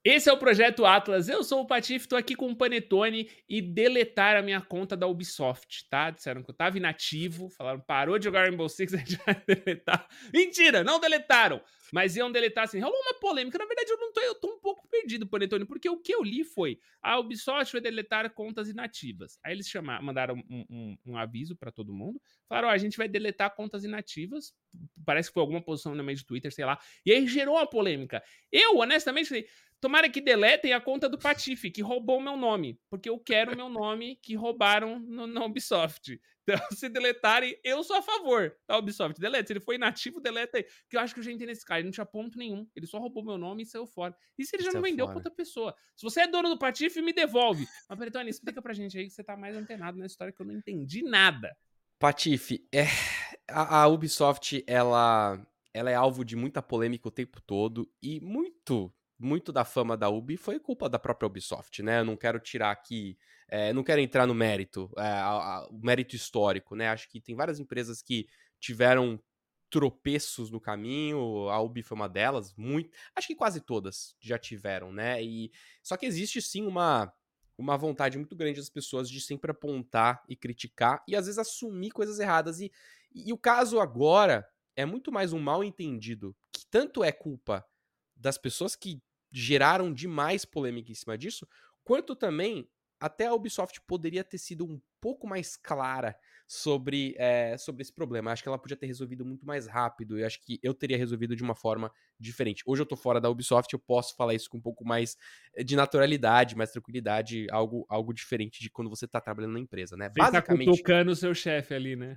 Esse é o Projeto Atlas, eu sou o Patife, tô aqui com o Panetone e deletaram a minha conta da Ubisoft, tá? Disseram que eu tava inativo, falaram, parou de jogar Rainbow Six, a gente vai deletar. Mentira, não deletaram! Mas iam deletar assim, rolou uma polêmica, na verdade eu tô um pouco perdido, Panetone, porque o que eu li foi, a Ubisoft vai deletar contas inativas. Aí eles mandaram um aviso pra todo mundo, falaram, ó, a gente vai deletar contas inativas, parece que foi alguma posição no meio de Twitter, sei lá, e aí gerou uma polêmica. Eu, honestamente, falei, tomara que deletem a conta do Patife, que roubou o meu nome, porque eu quero o meu nome que roubaram na Ubisoft. Então, se deletarem, eu sou a favor da Ubisoft. Deleta. Se ele foi inativo, deleta aí. Porque eu acho que eu já entrei nesse cara. Ele não tinha ponto nenhum. Ele só roubou meu nome e saiu fora. E se ele já Isso não é vendeu pra fora. outra pessoa? Se você é dono do Patife, me devolve. Mas, Peretone, explica pra gente aí que você tá mais antenado na história que eu não entendi nada. Patife, a Ubisoft, ela é alvo de muita polêmica o tempo todo e muito da fama da Ubi foi culpa da própria Ubisoft, né? Eu não quero tirar aqui, não quero entrar no mérito, o mérito histórico, né? Acho que tem várias empresas que tiveram tropeços no caminho, a Ubi foi uma delas, acho que quase todas já tiveram, né? Só que existe sim uma vontade muito grande das pessoas de sempre apontar e criticar e às vezes assumir coisas erradas. E o caso agora é muito mais um mal entendido, que tanto é culpa das pessoas que geraram demais polêmica em cima disso, quanto também até a Ubisoft poderia ter sido um pouco mais clara sobre esse problema. Acho que ela podia ter resolvido muito mais rápido e acho que eu teria resolvido de uma forma diferente. Hoje eu tô fora da Ubisoft, eu posso falar isso com um pouco mais de naturalidade, mais tranquilidade, algo diferente de quando você tá trabalhando na empresa, né? Sem estar Basicamente, cutucando o seu chefe ali, né?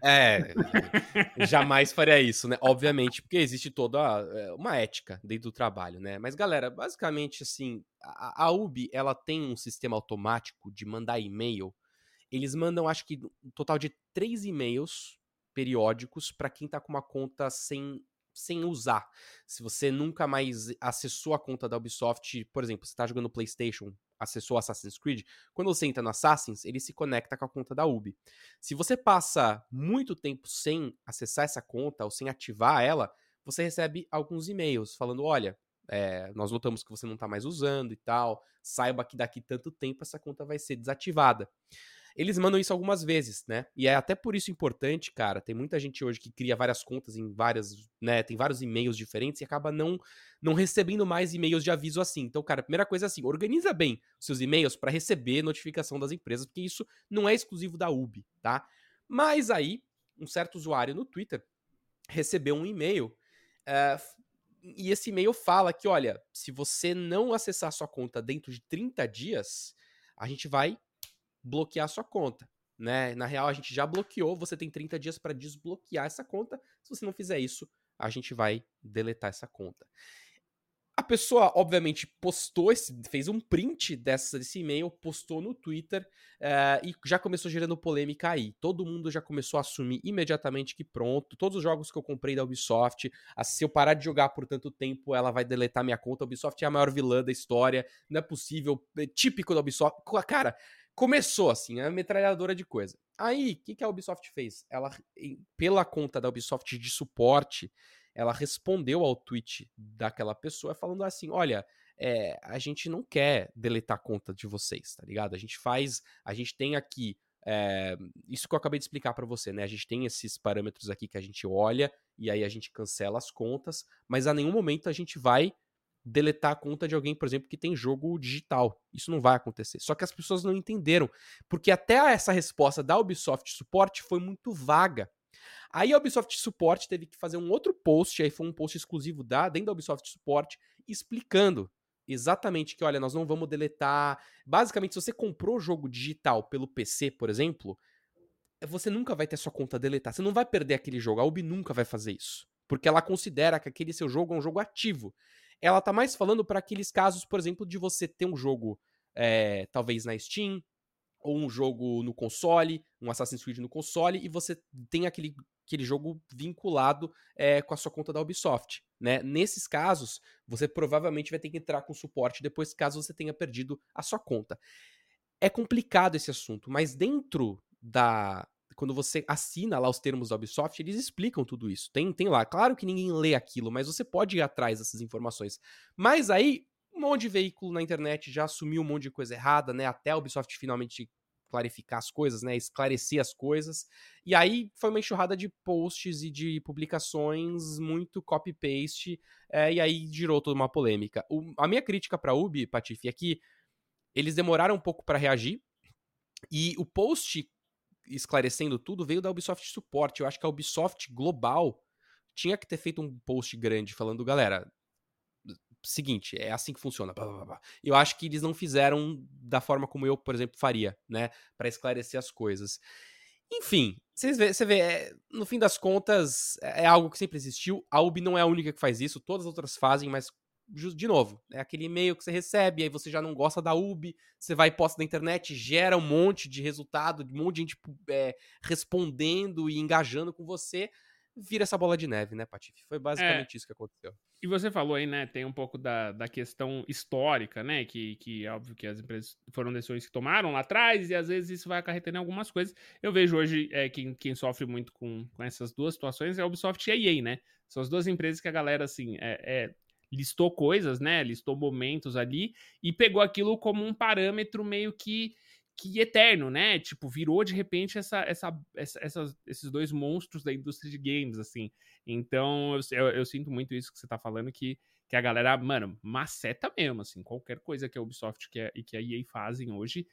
jamais faria isso, né? Obviamente, porque existe toda uma ética dentro do trabalho, né? Mas, galera, basicamente, assim, a Ubi, ela tem um sistema automático de mandar e-mail. Eles mandam, acho que, um total de 3 e-mails periódicos para quem tá com uma conta sem usar. Se você nunca mais acessou a conta da Ubisoft, por exemplo, você tá jogando PlayStation, acessou Assassin's Creed, quando você entra no Assassin's, ele se conecta com a conta da Ubi. Se você passa muito tempo sem acessar essa conta ou sem ativar ela, você recebe alguns e-mails falando: olha, nós notamos que você não tá mais usando e tal, saiba que daqui tanto tempo essa conta vai ser desativada. Eles mandam isso algumas vezes, né? E é até por isso importante, cara. Tem muita gente hoje que cria várias contas em várias, né? Tem vários e-mails diferentes e acaba não recebendo mais e-mails de aviso assim. Então, cara, a primeira coisa é assim: organiza bem os seus e-mails para receber notificação das empresas, porque isso não é exclusivo da Ubi, tá? Mas aí, um certo usuário no Twitter recebeu um e-mail eh, e esse e-mail fala que, olha, se você não acessar sua conta dentro de 30 dias, a gente vai bloquear sua conta, né? Na real, a gente já bloqueou, você tem 30 dias para desbloquear essa conta. Se você não fizer isso, a gente vai deletar essa conta. A pessoa, obviamente, fez um print desse e-mail, postou no Twitter e já começou gerando polêmica aí. Todo mundo já começou a assumir imediatamente que pronto, todos os jogos que eu comprei da Ubisoft, se eu parar de jogar por tanto tempo, ela vai deletar minha conta. A Ubisoft é a maior vilã da história, não é possível, é típico da Ubisoft. Cara, começou assim, a metralhadora de coisa. Aí, o que a Ubisoft fez? Ela, pela conta da Ubisoft de suporte, ela respondeu ao tweet daquela pessoa falando assim: olha, a gente não quer deletar a conta de vocês, tá ligado? A gente tem aqui. Isso que eu acabei de explicar pra você, né? A gente tem esses parâmetros aqui que a gente olha e aí a gente cancela as contas, mas a nenhum momento a gente vai deletar a conta de alguém, por exemplo, que tem jogo digital. Isso não vai acontecer. Só que as pessoas não entenderam, porque até essa resposta da Ubisoft Suporte foi muito vaga. Aí a Ubisoft Support teve que fazer um outro post, aí foi um post exclusivo dentro da Ubisoft Support, explicando exatamente que, olha, nós não vamos deletar. Basicamente, se você comprou o jogo digital pelo PC, por exemplo, você nunca vai ter sua conta deletada. Você não vai perder aquele jogo. A Ubi nunca vai fazer isso. Porque ela considera que aquele seu jogo é um jogo ativo. Ela tá mais falando para aqueles casos, por exemplo, de você ter um jogo, talvez na Steam, ou um jogo no console, um Assassin's Creed no console, e você tem aquele jogo vinculado com a sua conta da Ubisoft. Né? Nesses casos, você provavelmente vai ter que entrar com suporte depois, caso você tenha perdido a sua conta. É complicado esse assunto, mas dentro da. Quando você assina lá os termos da Ubisoft, eles explicam tudo isso. Tem lá. Claro que ninguém lê aquilo, mas você pode ir atrás dessas informações. Mas aí, Um monte de veículo na internet já assumiu um monte de coisa errada, né? Até a Ubisoft finalmente clarificar as coisas, né? Esclarecer as coisas. E aí foi uma enxurrada de posts e de publicações muito copy-paste, e aí girou toda uma polêmica. A minha crítica pra Ubi, Patife, é que eles demoraram um pouco pra reagir, e o post esclarecendo tudo veio da Ubisoft Support. Eu acho que a Ubisoft Global tinha que ter feito um post grande falando, galera, seguinte, é assim que funciona. Blá, blá, blá. Eu acho que eles não fizeram da forma como eu, por exemplo, faria, né? Pra esclarecer as coisas. Enfim, você vê, no fim das contas, é algo que sempre existiu. A Ubi não é a única que faz isso, todas as outras fazem, mas, de novo, é aquele e-mail que você recebe, aí você já não gosta da Ubi, você vai e posta na internet, gera um monte de resultado, um monte de gente respondendo e engajando com você, vira essa bola de neve, né, Patife? Foi É, basicamente isso que aconteceu. e você falou aí, né, tem um pouco da questão histórica, né, que é óbvio que as empresas foram decisões que tomaram lá atrás e às vezes isso vai acarretando em algumas coisas. Eu vejo hoje quem sofre muito com essas duas situações é a Ubisoft e a EA, né? São as duas empresas que a galera, assim, listou coisas, né, listou momentos ali e pegou aquilo como um parâmetro meio que eterno, né? Tipo, virou de repente esses dois monstros da indústria de games, assim. Então, eu sinto muito isso que você tá falando, que a galera, mano, maceta mesmo, assim. Qualquer coisa que a Ubisoft e que a EA fazem hoje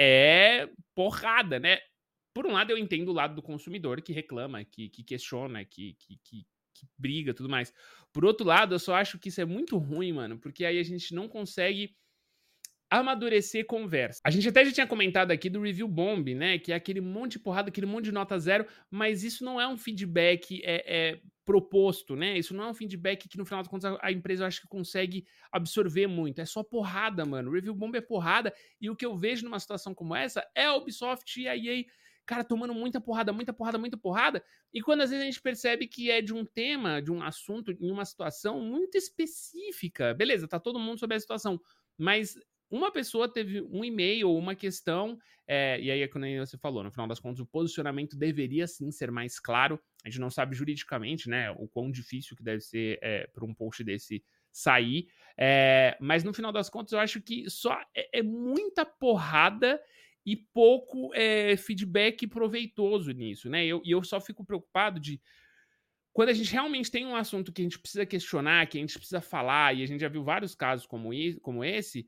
é porrada, né? Por um lado, eu entendo o lado do consumidor que reclama, que questiona, que briga tudo mais. Por outro lado, eu só acho que isso é muito ruim, mano, porque aí a gente não consegue amadurecer conversa. A gente até já tinha comentado aqui do Review Bomb, né? Que é aquele monte de porrada, aquele monte de nota zero, mas isso não é um feedback proposto, né? Isso não é um feedback que no final das contas a empresa eu acho que consegue absorver muito. É só porrada, mano. O Review Bomb é porrada, e o que eu vejo numa situação como essa é a Ubisoft e a EA, cara, tomando muita porrada, muita porrada, muita porrada, e quando às vezes a gente percebe que é de um tema, de um assunto, em uma situação muito específica. Beleza, tá todo mundo sobre a situação, mas uma pessoa teve um e-mail ou uma questão, e aí é quando você falou, no final das contas, o posicionamento deveria sim ser mais claro. A gente não sabe juridicamente, né, o quão difícil que deve ser para um post desse sair, mas no final das contas eu acho que só é muita porrada e pouco feedback proveitoso nisso, né? E eu só fico preocupado de quando a gente realmente tem um assunto que a gente precisa questionar, que a gente precisa falar, e a gente já viu vários casos como esse,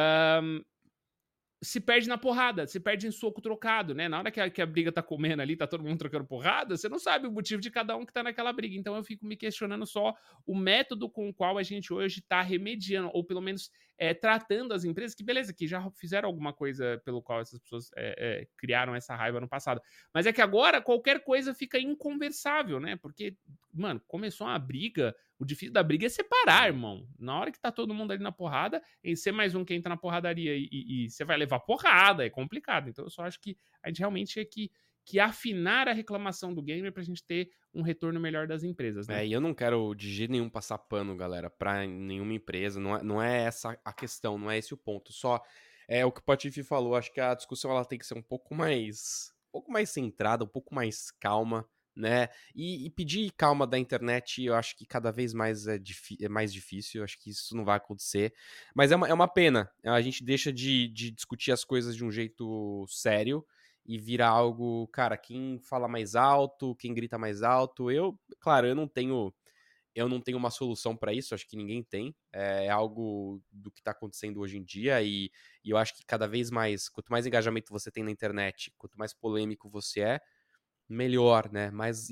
se perde na porrada, se perde em soco trocado, né? Na hora que a briga tá comendo ali, tá todo mundo trocando porrada, você não sabe o motivo de cada um que tá naquela briga. Então eu fico me questionando só o método com o qual a gente hoje tá remediando, ou pelo menos tratando as empresas, que beleza, que já fizeram alguma coisa pelo qual essas pessoas criaram essa raiva no passado. Mas é que agora qualquer coisa fica inconversável, né? Porque, mano, começou uma briga, o difícil da briga é separar, irmão. Na hora que tá todo mundo ali na porrada, em ser mais um que entra na porradaria e você vai levar porrada, é complicado. Então eu só acho que a gente realmente tinha que afinar a reclamação do gamer pra gente ter um retorno melhor das empresas, né? E eu não quero de jeito nenhum passar pano, galera, pra nenhuma empresa. Não é essa a questão, não é esse o ponto. Só é o que o Patife falou. Acho que a discussão ela tem que ser um pouco mais centrada, um pouco mais calma, né? E pedir calma da internet, eu acho que cada vez mais é mais difícil. Eu acho que isso não vai acontecer. Mas é uma pena. A gente deixa de discutir as coisas de um jeito sério e vira algo, cara, quem fala mais alto, quem grita mais alto. Claro, eu não tenho uma solução para isso, acho que ninguém tem. É algo do que tá acontecendo hoje em dia e eu acho que cada vez mais, quanto mais engajamento você tem na internet, quanto mais polêmico você melhor, né?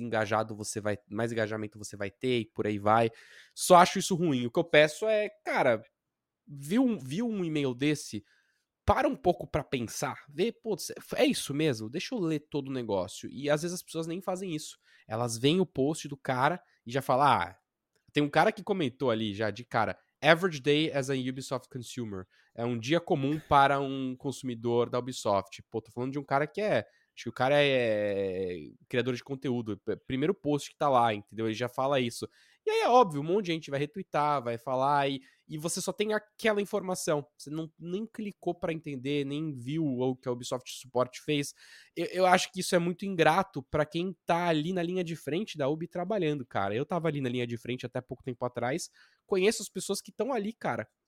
Mais engajamento você vai ter e por aí vai. Só acho isso ruim. O que eu peço é, cara, viu um e-mail desse? Para um pouco pra pensar, vê, putz, é isso mesmo? Deixa eu ler todo o negócio. E às vezes as pessoas nem fazem isso. Elas veem o post do cara e já falam, tem um cara que comentou ali já de cara, average day as a Ubisoft consumer. É um dia comum para um consumidor da Ubisoft. Pô, tô falando de um cara acho que o cara é criador de conteúdo. Primeiro post que tá lá, entendeu? Ele já fala isso. E aí é óbvio, um monte de gente vai retweetar, vai falar, e você só tem aquela informação. Você nem clicou pra entender, nem viu o que a Ubisoft Support fez. Eu acho que isso é muito ingrato pra quem tá ali na linha de frente da Ubi trabalhando, cara. Eu tava ali na linha de frente até pouco tempo atrás. Conheço as pessoas que estão ali, cara,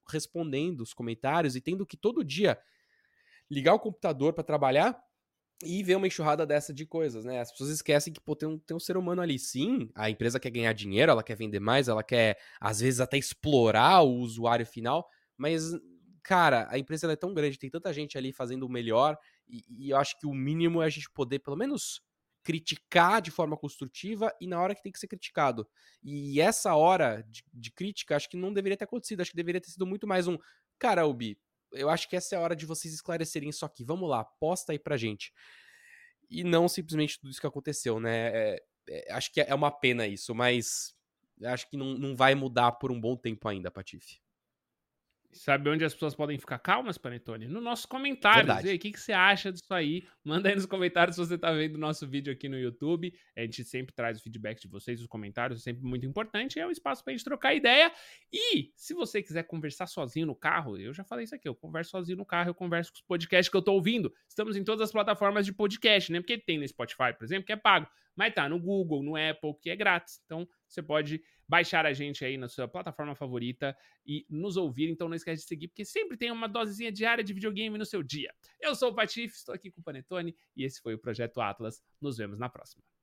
respondendo os comentários e tendo que todo dia ligar o computador para trabalhar e ver uma enxurrada dessa de coisas, né? As pessoas esquecem que, pô, tem um ser humano ali. Sim, a empresa quer ganhar dinheiro, ela quer vender mais, ela quer, às vezes, até explorar o usuário final, mas, cara, a empresa ela é tão grande, tem tanta gente ali fazendo o melhor, e eu acho que o mínimo é a gente poder, pelo menos, criticar de forma construtiva e na hora que tem que ser criticado. E essa hora de crítica, acho que não deveria ter acontecido, acho que deveria ter sido muito mais um, cara, Ubi, eu acho que essa é a hora de vocês esclarecerem isso aqui. Vamos lá, posta aí pra gente. E não simplesmente tudo isso que aconteceu, né? Acho que é uma pena isso, mas acho que não vai mudar por um bom tempo ainda, Patife. Sabe onde as pessoas podem ficar calmas, Panetone? Nos nossos comentários. E aí, Verdade. o que você acha disso aí? Manda aí nos comentários se você tá vendo o nosso vídeo aqui no YouTube. A gente sempre traz o feedback de vocês, os comentários, é sempre muito importante. É um espaço pra gente trocar ideia. E se você quiser conversar sozinho no carro, eu já falei isso aqui, eu converso sozinho no carro, eu converso com os podcasts que eu tô ouvindo. Estamos em todas as plataformas de podcast, né? Porque tem no Spotify, por exemplo, que é pago. Mas tá no Google, no Apple, que é grátis. Então, você pode baixar a gente aí na sua plataforma favorita e nos ouvir. Então não esquece de seguir, porque sempre tem uma dosezinha diária de videogame no seu dia. Eu sou o Patife, estou aqui com o Panetone e esse foi o Projeto Atlas. Nos vemos na próxima.